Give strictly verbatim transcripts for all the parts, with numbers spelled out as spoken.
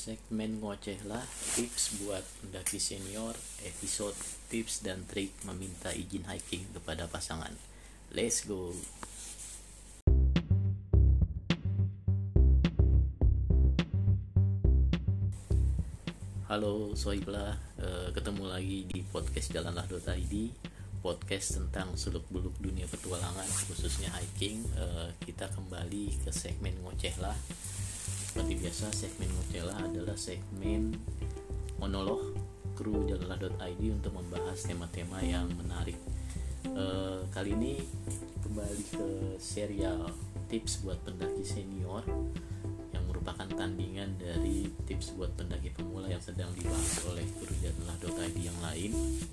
Segmen ngoceh lah, tips buat pendaki senior, episode tips dan trik meminta izin hiking kepada pasangan. Let's go. Halo Soiblah, uh, ketemu lagi di podcast jalanlah dot i d, podcast tentang seluk-beluk dunia petualangan, khususnya hiking. Uh, kita kembali ke segmen ngoceh lah. Seperti biasa, segmen Ngocela adalah segmen monolog kru jalanlah dot i d untuk membahas tema-tema yang menarik. E, kali ini kembali ke serial tips buat pendaki senior yang merupakan tandingan dari tips buat pendaki pemula yang sedang dibahas oleh kru jalanlah dot i d yang lain,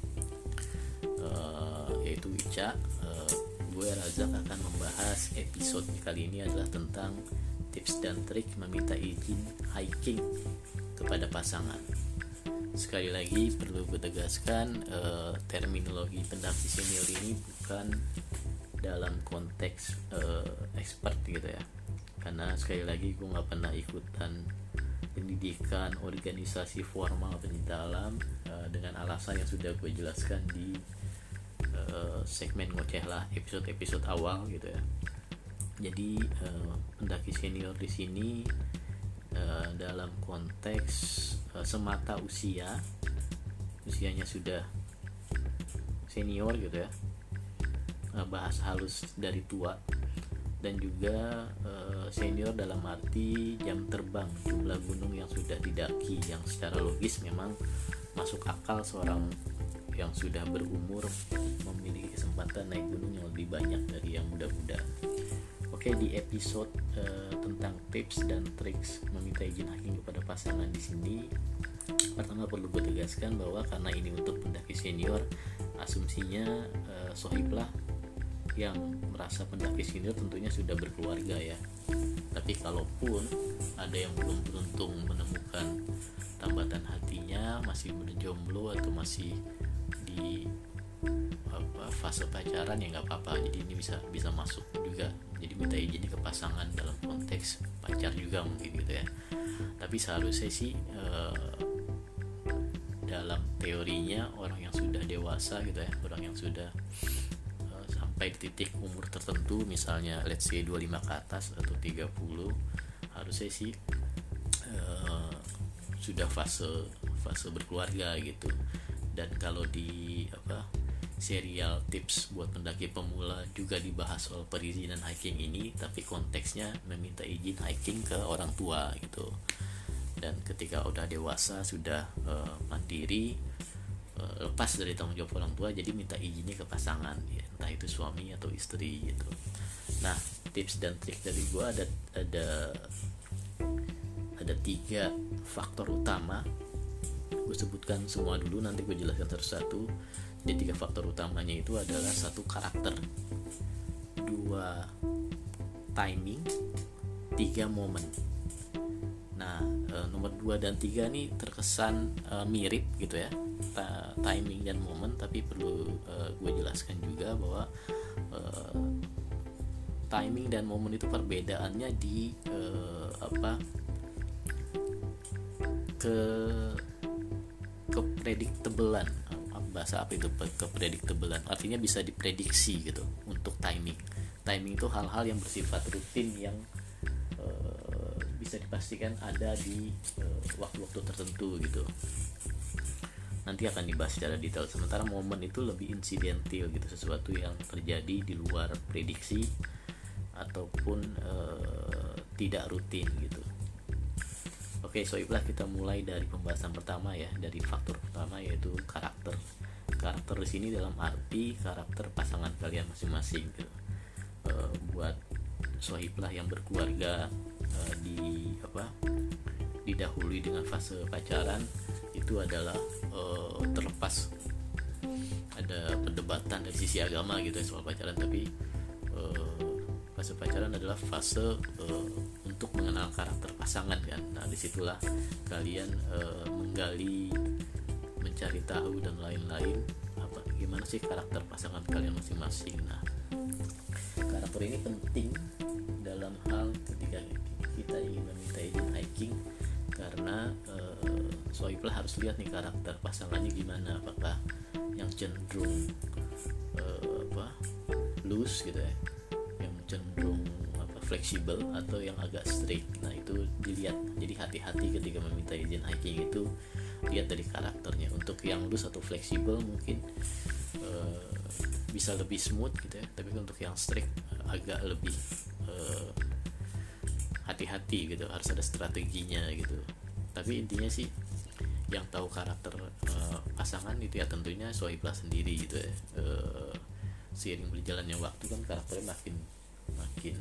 e, yaitu Ica. E, gue Razak akan membahas episode kali ini adalah tentang tips dan trik meminta izin hiking kepada pasangan. Sekali lagi perlu gue tegaskan, eh, terminologi pendaki senior ini bukan dalam konteks eh, expert gitu ya. Karena sekali lagi gue nggak pernah ikutan pendidikan organisasi formal pencinta alam, eh, dengan alasan yang sudah gue jelaskan di eh, segmen ngoceh lah episode-episode awal gitu ya. Jadi eh, pendaki senior di sini eh, dalam konteks eh, semata usia, usianya sudah senior gitu ya, eh, bahas halus dari tua, dan juga eh, senior dalam arti jam terbang, jumlah gunung yang sudah didaki, yang secara logis memang masuk akal seorang yang sudah berumur memiliki kesempatan naik gunung yang lebih banyak dari yang muda-muda. Oke, di episode uh, tentang tips dan triks meminta izin hiking kepada pasangan di sini, pertama perlu gue tegaskan bahwa karena ini untuk pendaki senior, asumsinya uh, sohiblah yang merasa pendaki senior tentunya sudah berkeluarga ya. Tapi kalaupun ada yang belum beruntung menemukan tambatan hatinya, masih berjomblo atau masih di apa fase pacaran, ya nggak apa-apa. Jadi ini bisa bisa masuk juga. Jadi minta izin ke pasangan dalam konteks pacar juga mungkin gitu ya. Tapi seharusnya sih eh, dalam teorinya orang yang sudah dewasa gitu ya, orang yang sudah eh, sampai di titik umur tertentu, misalnya let's say dua puluh lima ke atas atau tiga puluh, harusnya sih eh, sudah fase fase berkeluarga gitu. Dan kalau di apa serial tips buat pendaki pemula juga dibahas soal perizinan hiking ini, tapi konteksnya meminta izin hiking ke orang tua gitu. Dan ketika udah dewasa, sudah uh, mandiri, uh, lepas dari tanggung jawab orang tua, jadi minta izinnya ke pasangan ya, entah itu suami atau istri gitu. Nah, tips dan trik dari gue ada ada ada tiga faktor utama. Gue sebutkan semua dulu, nanti gue jelaskan satu-satu. Jadi tiga faktor utamanya itu adalah satu karakter, dua timing, tiga momen. Nah, e, nomor dua dan tiga nih terkesan e, mirip gitu ya, ta- timing dan momen, tapi perlu e, gue jelaskan juga bahwa e, timing dan momen itu perbedaannya di e, apa ke keprediktabelan. Bahasa apa itu keprediktabelan? Artinya bisa diprediksi gitu. Untuk timing, timing itu hal-hal yang bersifat rutin yang e, bisa dipastikan ada di e, waktu-waktu tertentu gitu. Nanti akan dibahas secara detail. Sementara momen itu lebih insidental gitu, sesuatu yang terjadi di luar prediksi ataupun e, tidak rutin gitu. Oke, so itulah kita mulai dari pembahasan pertama ya, dari faktor pertama yaitu karakter. Karakter di sini dalam arti karakter pasangan kalian masing-masing gitu. E, buat sohiblah yang berkeluarga, e, di apa didahului dengan fase pacaran, itu adalah e, terlepas ada perdebatan dari sisi agama gitu ya soal pacaran, tapi e, fase pacaran adalah fase e, untuk mengenal karakter pasangan kan. Nah, disitulah kalian e, menggali, mencari tahu dan lain-lain, apa gimana sih karakter pasangan kalian masing-masing. Nah, karakter ini penting dalam hal ketika kita ingin meminta izin hiking, karena e, swipe lah harus lihat nih karakter pasangannya gimana, apakah yang cenderung uh, apa loose gitu ya, yang cenderung apa fleksibel atau yang agak strict. Nah itu dilihat, jadi hati-hati ketika meminta izin hiking itu lihat dari karakternya. Untuk yang loose atau fleksibel mungkin uh, bisa lebih smooth gitu ya, tapi untuk yang strict uh, agak lebih uh, hati-hati gitu, harus ada strateginya gitu. Tapi intinya sih yang tahu karakter uh, pasangan itu ya tentunya Sohiblah sendiri gitu ya. Uh, seiring berjalannya waktu kan karakternya makin makin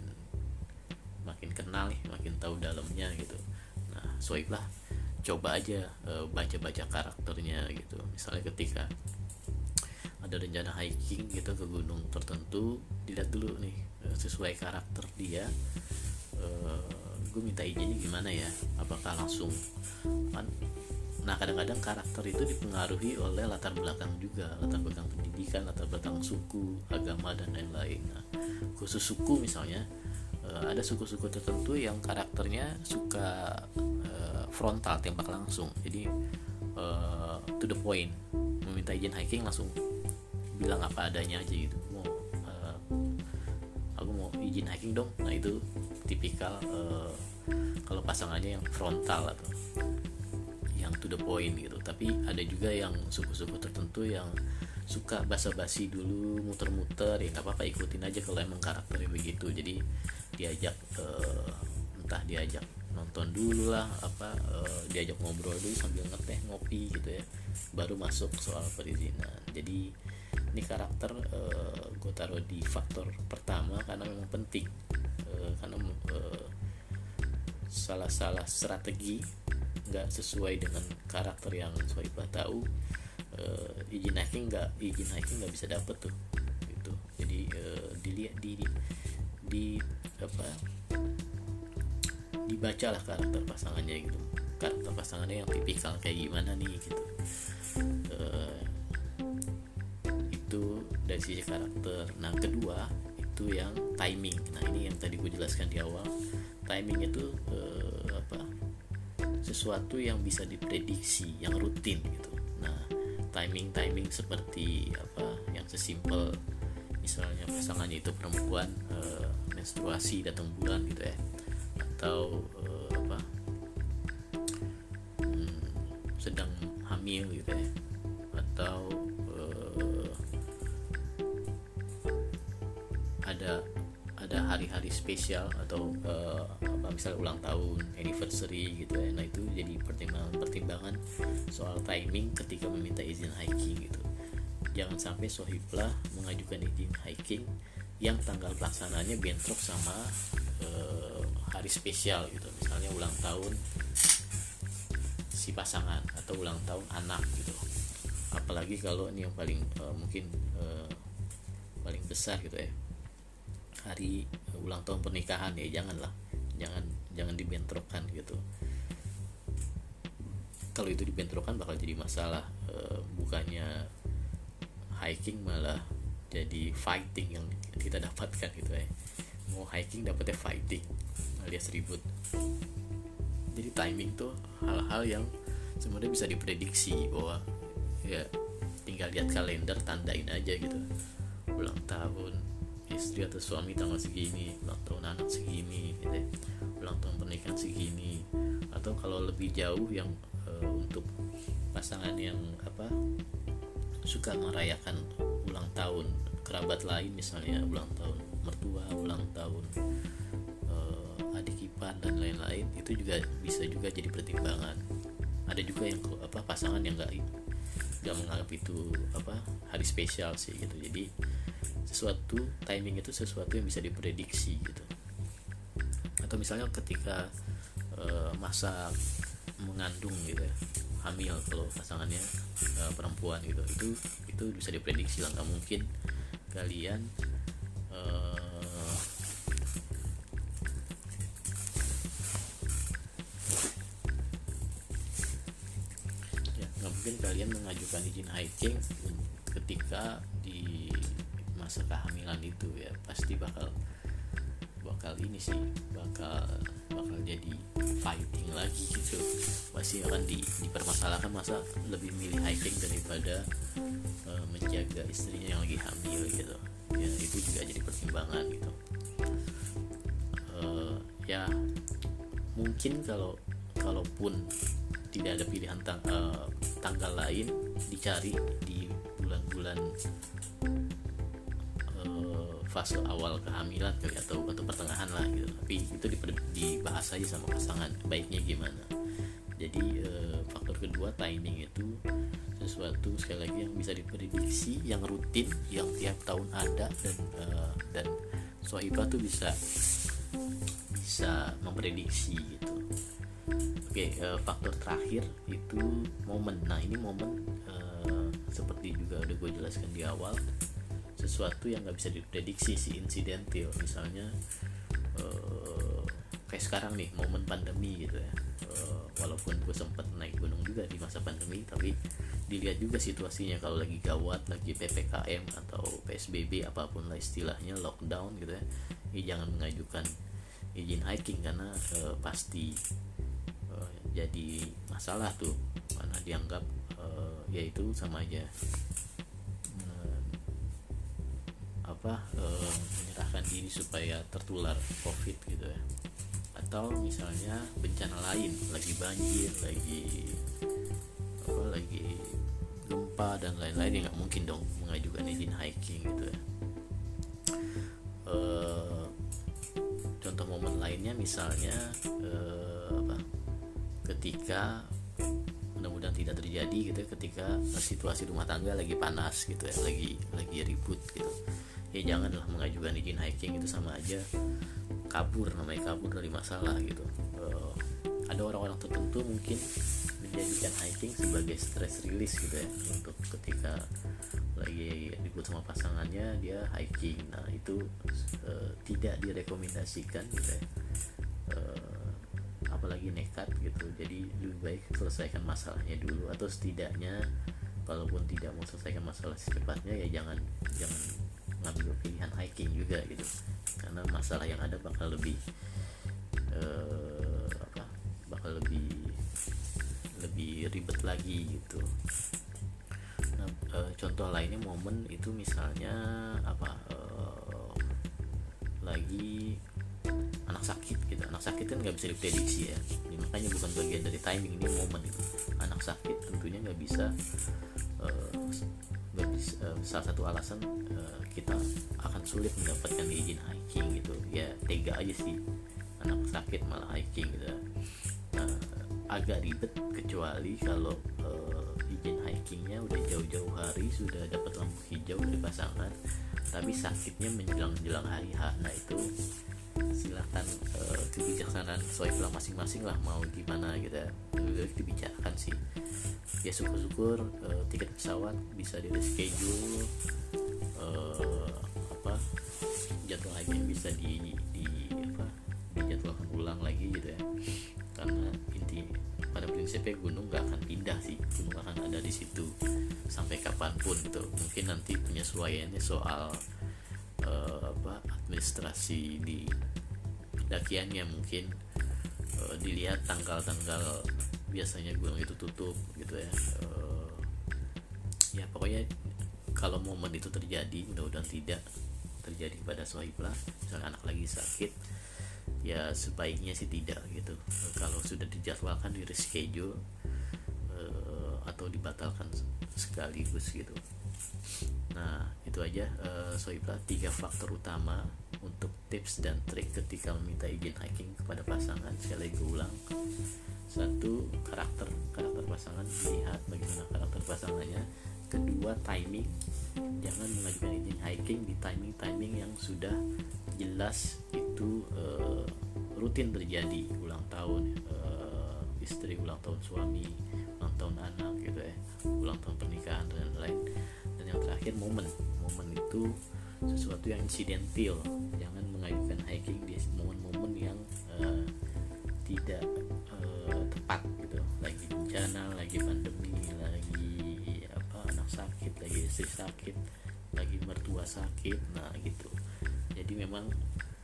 makin kenal nih, makin tahu dalamnya gitu. Nah Sohiblah coba aja uh, baca-baca karakternya gitu. Misalnya ketika ada rencana hiking gitu ke gunung tertentu, dilihat dulu nih uh, sesuai karakter dia, uh, gue minta izinnya gimana ya, apakah langsung kan. Nah kadang-kadang karakter itu dipengaruhi oleh latar belakang juga, latar belakang pendidikan, latar belakang suku, agama dan lain-lain. Nah, khusus suku misalnya, uh, ada suku-suku tertentu yang karakternya suka uh, frontal, tembak langsung, jadi uh, to the point, meminta izin hiking langsung bilang apa adanya aja gitu. Mau uh, aku mau izin hiking dong. Nah itu tipikal uh, kalau pasangannya yang frontal atau yang to the point gitu. Tapi ada juga yang suku-suku tertentu yang suka basa-basi dulu, muter-muter, ya nggak apa-apa, ikutin aja kalau emang karakternya begitu. Jadi diajak uh, entah diajak nonton dulu lah, apa uh, diajak ngobrol dulu sambil ngeteh ngopi gitu ya, baru masuk soal perizinan. Jadi ini karakter uh, gue taruh di faktor pertama karena memang penting, uh, karena uh, salah-salah strategi nggak sesuai dengan karakter yang Sohiblah tahu, uh, izin hiking nggak izin hiking nggak bisa dapet tuh gitu. Jadi uh, dilihat di, di di apa dibacalah karakter pasangannya gitu, karakter pasangannya yang tipikal kayak gimana nih gitu. Uh, itu dari sisi karakter. Nah kedua itu yang timing. Nah ini yang tadi gue jelaskan di awal, timing itu uh, apa sesuatu yang bisa diprediksi, yang rutin gitu. Nah timing-timing seperti apa yang sesimpel misalnya pasangannya itu perempuan, uh, menstruasi datang bulan gitu ya, atau uh, apa hmm, sedang hamil gitu ya, atau uh, ada ada hari-hari spesial atau uh, apa misalnya ulang tahun, anniversary gitu ya. Nah itu jadi pertimbangan-pertimbangan soal timing ketika meminta izin hiking gitu. Jangan sampai Sohiblah mengajukan izin hiking yang tanggal pelaksanaannya bentrok sama uh, hari spesial gitu, misalnya ulang tahun si pasangan atau ulang tahun anak gitu. Apalagi kalau ini yang paling uh, mungkin uh, paling besar gitu ya, hari ulang tahun pernikahan, ya janganlah, jangan jangan dibentrokkan gitu. Kalau itu dibentrokkan bakal jadi masalah, e, bukannya hiking malah jadi fighting yang kita dapatkan gitu ya. Mau hiking dapetnya fighting alias ribut. Jadi timing tuh hal-hal yang sebenarnya bisa diprediksi, bahwa ya tinggal lihat kalender, tandain aja gitu, ulang tahun istri atau suami tanggal segini, ulang tahun anak segini gitu ya, ulang tahun pernikahan segini. Atau kalau lebih jauh yang e, untuk pasangan yang apa suka merayakan ulang tahun kerabat lain, misalnya ulang tahun mertua, ulang tahun e, adik ipar dan lain-lain, itu juga bisa juga jadi pertimbangan. Ada juga yang apa pasangan yang nggak nggak menganggap itu apa hari spesial sih gitu. Jadi sesuatu timing itu sesuatu yang bisa diprediksi gitu. Atau misalnya ketika e, masa mengandung gitu ya, hamil kalau pasangannya e, perempuan gitu, itu itu bisa diprediksi lah. Nggak mungkin kalian e, ya nggak mungkin kalian mengajukan izin hiking ketika di masa kehamilan itu ya, pasti bakal bakal ini sih bakal bakal jadi fighting lagi gitu, pasti akan di, dipermasalahkan, masa lebih milih hiking daripada uh, menjaga istrinya yang lagi hamil gitu ya, itu juga jadi pertimbangan gitu. Uh, ya mungkin kalau kalaupun tidak ada pilihan tang, uh, tanggal lain, dicari di bulan-bulan uh, fase awal kehamilan kali, atau atau pertengahan lah gitu, tapi itu dibahas aja sama pasangan baiknya gimana. Jadi uh, faktor kedua, timing itu sesuatu sekali lagi yang bisa diprediksi, yang rutin, yang tiap tahun ada, dan uh, dan Sohibah tuh bisa bisa memprediksi gitu. Oke, uh, faktor terakhir itu momen. Nah ini momen uh, seperti juga udah gue jelaskan di awal, sesuatu yang nggak bisa diprediksi, si insidental. Misalnya uh, kayak sekarang nih momen pandemi gitu ya, uh, walaupun gue sempat naik gunung juga di masa pandemi, tapi dilihat juga situasinya, kalau lagi gawat, lagi P P K M atau P S B B apapun lah istilahnya, lockdown gitu ya, ya jangan mengajukan izin hiking karena uh, pasti uh, jadi masalah tuh, karena dianggap uh, yaitu sama aja uh, apa uh, menyerahkan diri supaya tertular COVID gitu ya. Atau misalnya bencana lain, lagi banjir, lagi apa, lagi gempa dan lain-lain, ya nggak mungkin dong mengajukan izin hiking gitu ya. Uh, contoh momen lainnya misalnya uh, apa, ketika mudah-mudahan tidak terjadi gitu ya, ketika situasi rumah tangga lagi panas gitu ya, lagi lagi ribut gitu, ya janganlah mengajukan izin hiking, itu sama aja kabur, namanya kabur dari masalah gitu. Uh, ada orang-orang tertentu mungkin menjadikan hiking sebagai stress release gitu ya, untuk ketika lagi ribut sama pasangannya dia hiking. Nah itu uh, tidak direkomendasikan gitu ya, uh, apalagi nekat gitu. Jadi lebih baik selesaikan masalahnya dulu, atau setidaknya kalaupun tidak mau selesaikan masalah secepatnya, ya jangan jangan ngambil pilihan hiking juga gitu, karena masalah yang ada bakal lebih uh, apa bakal lebih lebih ribet lagi gitu. Nah, uh, contoh lainnya momen itu misalnya apa, uh, lagi anak sakit gitu. Anak sakit kan nggak bisa diprediksi ya, ini makanya bukan bagian dari timing, ini momen itu. Anak sakit tentunya nggak bisa, uh, gak bisa uh, salah satu alasan uh, kita akan sulit mendapatkan izin hiking gitu ya. Tega aja sih anak sakit malah hiking gitu. Nah, agak ribet kecuali kalau uh, izin hikingnya udah jauh-jauh hari, sudah dapat lampu hijau dari pasangan, tapi sakitnya menjelang-jelang hari H. Nah itu silahkan uh, kebijaksanaan Sohibah masing-masing lah, mau gimana gitu ya, lebih dibicarakan sih. Ya syukur-syukur uh, tiket pesawat bisa di reschedule, uh, apa jadwal hiking bisa di, di apa dijadwalkan ulang lagi gitu ya, karena inti pada prinsipnya gunung gak akan pindah sih, gunung akan ada di situ sampai kapanpun gitu. Mungkin nanti penyesuaiannya soal uh, apa administrasi di pendakiannya, mungkin uh, dilihat tanggal-tanggal biasanya gunung itu tutup gitu ya. Uh, ya pokoknya kalau momen itu terjadi, mudah-mudahan tidak terjadi pada Sohibah, misalnya anak lagi sakit, ya sebaiknya sih tidak gitu. Kalau sudah dijadwalkan di reschedule uh, atau dibatalkan sekaligus gitu. Nah itu aja uh, Sohibah, tiga faktor utama untuk tips dan trik ketika meminta izin hiking kepada pasangan. Sekali lagi ulang, satu, karakter karakter pasangan, lihat bagaimana karakter pasangannya. Kedua, timing, jangan mengajukan izin hiking di timing-timing yang sudah jelas itu uh, rutin terjadi, ulang tahun uh, istri, ulang tahun suami, ulang tahun anak gitu ya, ulang tahun pernikahan dan lain-lain. Dan yang terakhir, momen momen itu sesuatu yang insidental, jangan mengajukan hiking di momen-momen yang uh, tidak uh, tepat gitu, lagi bencana, lagi pandemi, lagi apa anak sakit, lagi istri sakit, lagi mertua sakit. Nah gitu. Jadi memang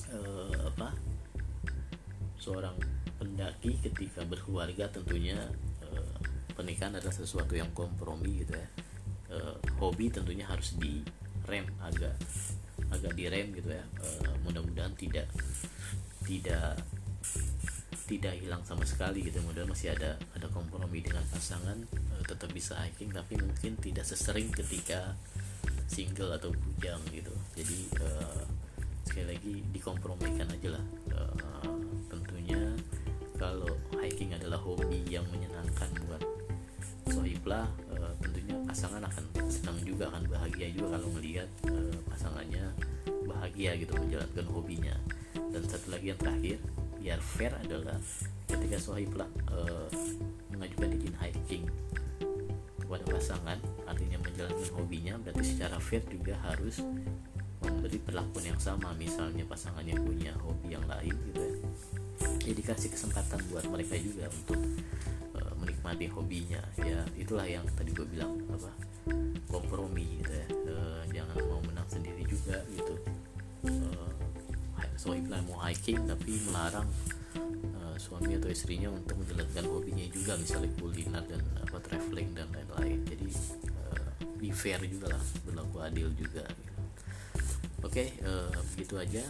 uh, apa seorang pendaki ketika berkeluarga tentunya uh, pernikahan adalah sesuatu yang kompromi gitu ya. Uh, hobi tentunya harus direm, agak agak direm gitu ya. Uh, mudah-mudahan tidak tidak tidak hilang sama sekali gitu. Mudah-mudahan masih ada ada kompromi dengan pasangan, uh, tetap bisa hiking tapi mungkin tidak sesering ketika single atau bujang gitu. Jadi uh, sekali lagi dikompromikan aja lah. Uh, tentunya kalau hiking adalah hobi yang menyenangkan buat sohiblah, uh, tentunya pasangan akan senang juga, akan bahagia juga kalau melihat uh, pasangannya bahagia gitu menjalankan hobinya. Dan satu lagi yang terakhir, biar fair adalah ketika sohiblah uh, mengajukan izin hiking kepada pasangan, artinya menjalankan hobinya, berarti secara fair juga harus memberi perlakuan yang sama. Misalnya pasangannya punya hobi yang lain gitu ya, ya dikasih kesempatan buat mereka juga untuk uh, menikmati hobinya. Ya itulah yang tadi gue bilang, apa, kompromi gitu ya. Uh, jangan mau menang sendiri juga gitu. Uh, soalnya mau hiking tapi melarang uh, suami atau istrinya untuk menjalankan hobinya juga, misalnya kuliner dan apa traveling dan lain-lain. Jadi uh, be fair juga lah, berlaku adil juga gitu. Oke, okay, uh, begitu aja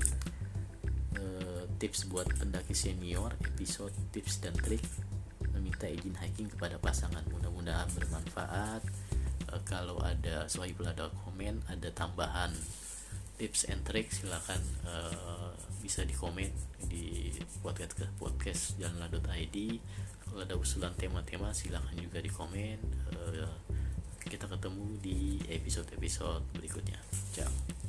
uh, tips buat pendaki senior, episode tips dan trik meminta izin hiking kepada pasangan. Mudah-mudahan bermanfaat. Uh, kalau ada sohibul ada komen, ada tambahan tips and trik, silakan uh, bisa di komen di podcast podcast jalanlah.id. Kalau ada usulan tema-tema silakan juga di komen. Uh, kita ketemu di episode-episode berikutnya. Ciao.